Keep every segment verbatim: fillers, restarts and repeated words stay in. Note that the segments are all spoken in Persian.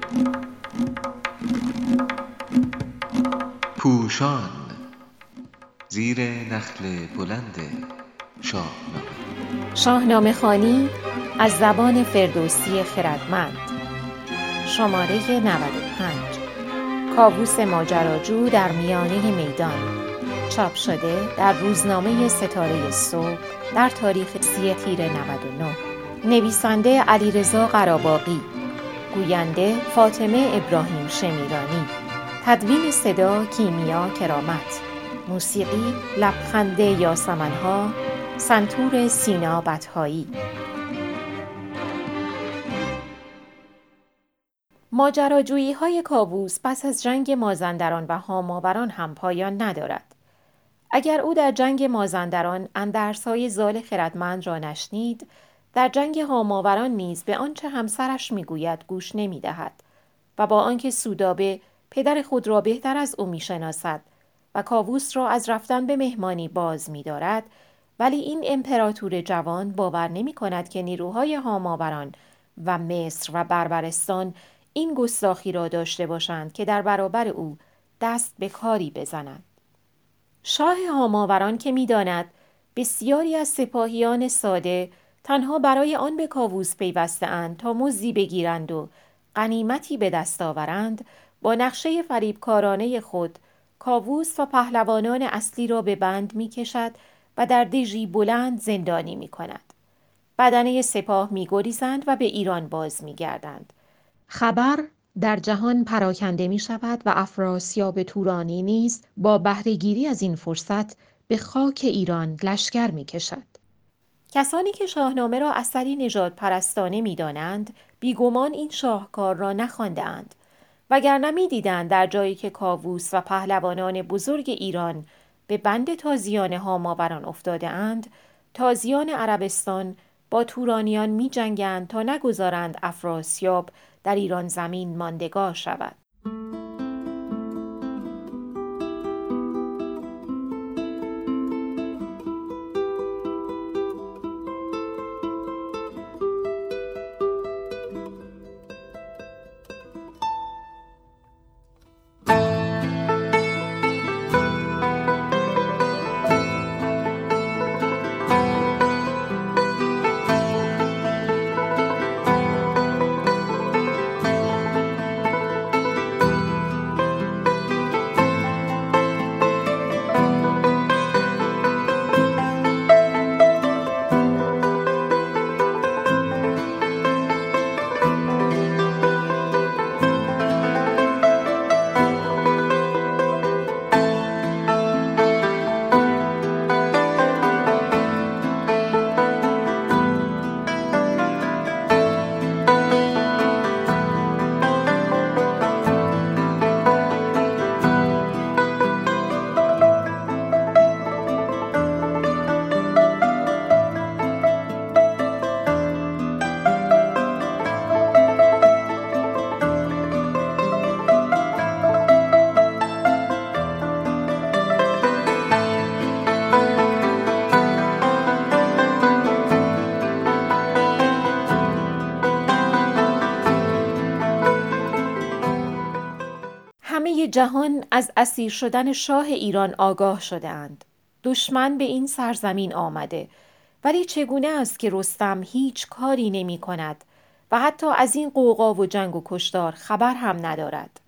پوشان زیر نخل بلند شاهنامه. شاهنامه خوانی از زبان فردوسی خردمند. شماره نود و پنج. کاووس ماجراجو در میانه میدان. چاپ شده در روزنامه ستاره صبح در تاریخ سی تیر نود و نه. نویسنده علیرضا قراباغی، گوینده فاطمه ابراهیم شمیرانی، تدوین صدا کیمیا کرامت، موسیقی لبخند یاسمن‌ها، سنتور سینا بطحایی. ماجراجویی‌های کاووس پس از جنگ مازندران و هاماوران هم پایان ندارد. اگر او در جنگ مازندران اندرس‌های زال خردمند را نشنید، در جنگ هاماوران نیز به آنچه همسرش میگوید گوش نمی‌دهد و با آنکه سودابه پدر خود را بهتر از او میشناسد و کاووس را از رفتن به مهمانی باز می‌دارد، ولی این امپراتور جوان باور نمی‌کند که نیروهای هاماوران و مصر و بربرستان این گستاخی را داشته باشند که در برابر او دست به کاری بزنند. شاه هاماوران که می‌داند بسیاری از سپاهیان ساده تنها برای آن به کاووس پیوسته‌اند تا مزدی بگیرند و غنیمتی به دست آورند، با نقشه فریبکارانه خود کاووس و پهلوانان اصلی را به بند می‌کشد و در دژی بلند زندانی می‌کند. بدنه سپاه می‌گریزند و به ایران باز می‌گردند. خبر در جهان پراکنده می‌شود و افراسیاب تورانی نیز با بهره‌گیری از این فرصت به خاک ایران لشکر می‌کشد. کسانی که شاهنامه را اثری نژاد پرستانه می‌دانند، بیگمان این شاهکار را نخوانده‌اند، وگرنه می‌دیدند در جایی که کاووس و پهلوانان بزرگ ایران به بند تازیان هاماوران افتاده‌اند، تازیان عربستان با تورانیان می‌جنگند تا نگذارند افراسیاب در ایران زمین ماندگار شود. جهان از اسیر شدن شاه ایران آگاه شده‌اند. دشمن به این سرزمین آمده، ولی چگونه است که رستم هیچ کاری نمی کند و حتی از این غوغا و جنگ و کشتار خبر هم ندارد؟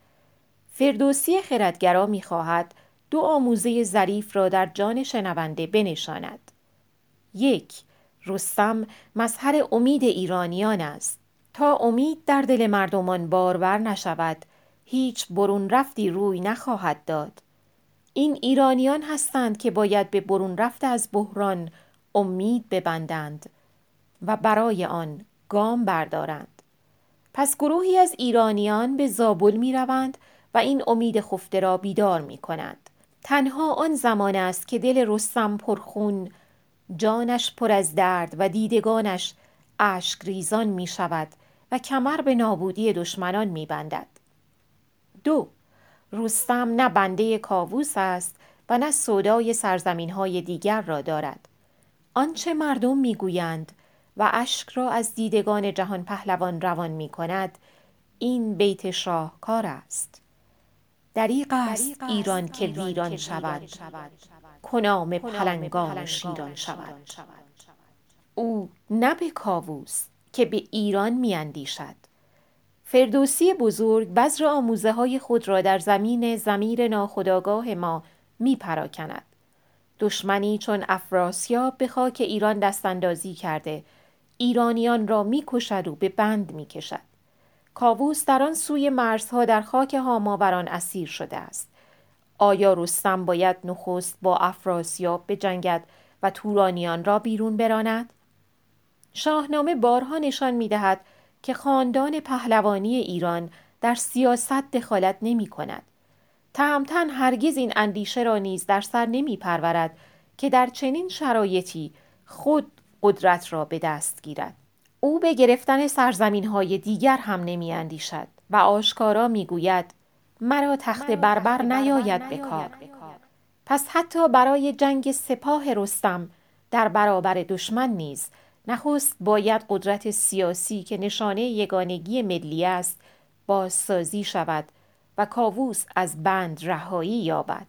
فردوسی خردگرا می خواهد دو آموزه ظریف را در جان شنونده بنشاند. یک، رستم مظهر امید ایرانیان است. تا امید در دل مردمان بارور نشود، هیچ برون رفتی روی نخواهد داد. این ایرانیان هستند که باید به برون رفت از بحران امید ببندند و برای آن گام بردارند. پس گروهی از ایرانیان به زابل می روند و این امید خفته را بیدار می کنند. تنها آن زمان است که دل رستم پرخون، جانش پر از درد و دیدگانش اشک ریزان می شود و کمر به نابودی دشمنان می بندد. دو، رستم نه بنده کاووس است و نه سودای سرزمین‌های دیگر را دارد. آنچه مردم می‌گویند و اشک را از دیدگان جهان پهلوان روان می‌کند، این بیت شاهکار است. دریغ است ایران که ویران شود، کنام پلنگان و شیران شود. او نه به کاووس که به ایران می اندیشد. فردوسی بزرگ بذر آموزه های خود را در زمین ضمیر ناخودآگاه ما می پراکند. دشمنی چون افراسیاب به خاک ایران دستاندازی کرده، ایرانیان را می کشد و به بند می کشد. کاووس در آن سوی مرزها در خاک هاماوران اسیر شده است. آیا رستم باید نخست با افراسیاب بجنگد و تورانیان را بیرون براند؟ شاهنامه بارها نشان می دهد که خاندان پهلوانی ایران در سیاست دخالت نمی کند. تهمتن هرگز این اندیشه را نیز در سر نمی پرورد که در چنین شرایطی خود قدرت را به دست گیرد. او به گرفتن سرزمین‌های دیگر هم نمی اندیشد و آشکارا می گوید مرا تخت بربر نیاید به کار. پس حتی برای جنگ سپاه رستم در برابر دشمن نیز نخست باید قدرت سیاسی که نشانه یگانگی ملی است بازسازی شود و کاووس از بند رهایی یابد.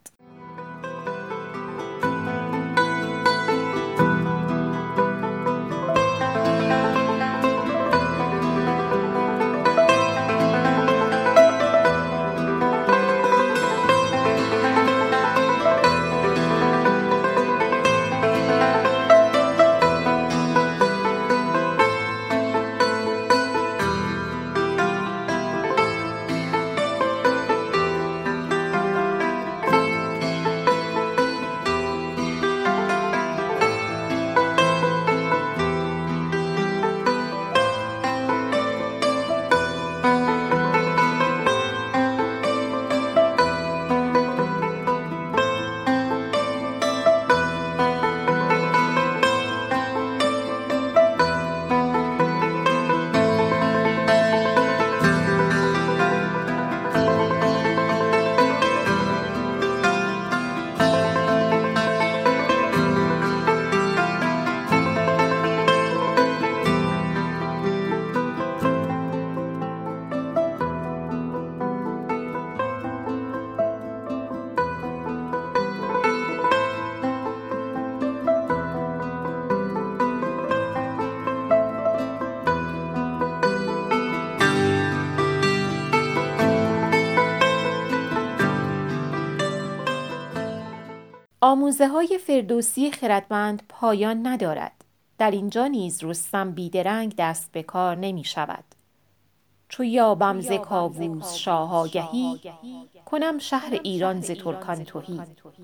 آموزه های فردوسی خردمند پایان ندارد. در اینجا نیز رستم بیدرنگ دست به کار نمی شود. چو یابم ز کاووس شاه آگهی، کنم شهر ایران ز ترکان تهی.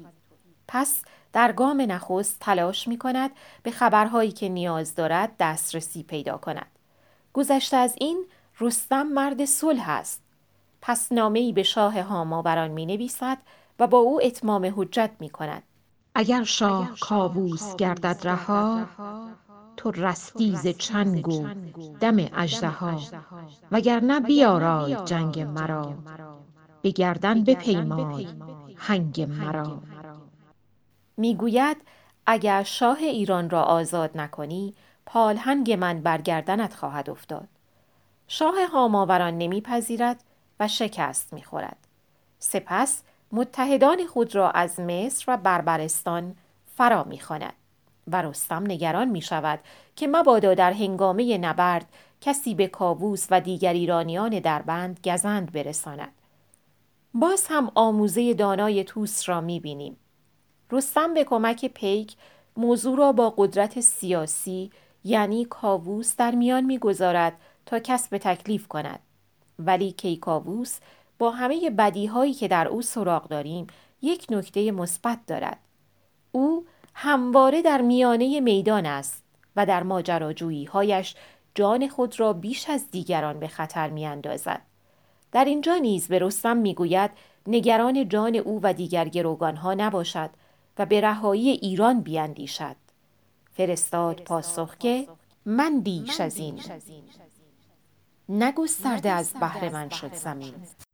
پس در گام نخست تلاش می کند به خبرهایی که نیاز دارد دسترسی پیدا کند. گذشته از این رستم مرد صلح است. پس نامه‌ای به شاه هاماوران می نویسد و با او اتمام حجت می کند. اگر شاه کاووس گردد رها، تو رستی ز چنگ و دم اژدها. وگرنه بیارای جنگ مرا، به گردن بپیمای هنگ مرا. میگوید اگر شاه ایران را آزاد نکنی، پالهنگ من بر گردنت خواهد افتاد. شاه هاماوران نمیپذیرد و شکست میخورد. سپس متحدان خود را از مصر و بربرستان فرا می‌خواند و رستم نگران می‌شود که مبادا در هنگامه نبرد کسی به کاووس و دیگر ایرانیان دربند گزند برساند. باز هم آموزه دانای طوس را می‌بینیم. رستم به کمک پیک موضوع را با قدرت سیاسی یعنی کاووس در میان می‌گذارد تا کسب تکلیف کند. ولی کیکاووس با همه بدیهایی که در او سراغ داریم یک نکته مثبت دارد. او همواره در میانه میدان است و در ماجراجویی‌هایش جان خود را بیش از دیگران به خطر می‌اندازد. در اینجا نیز به رستم می‌گوید نگران جان او و دیگر گروگانها نباشد و به رهایی ایران بیندیشد. فرستاد پاسخ که من بیش از این نگسترده از بهر من شد زمین.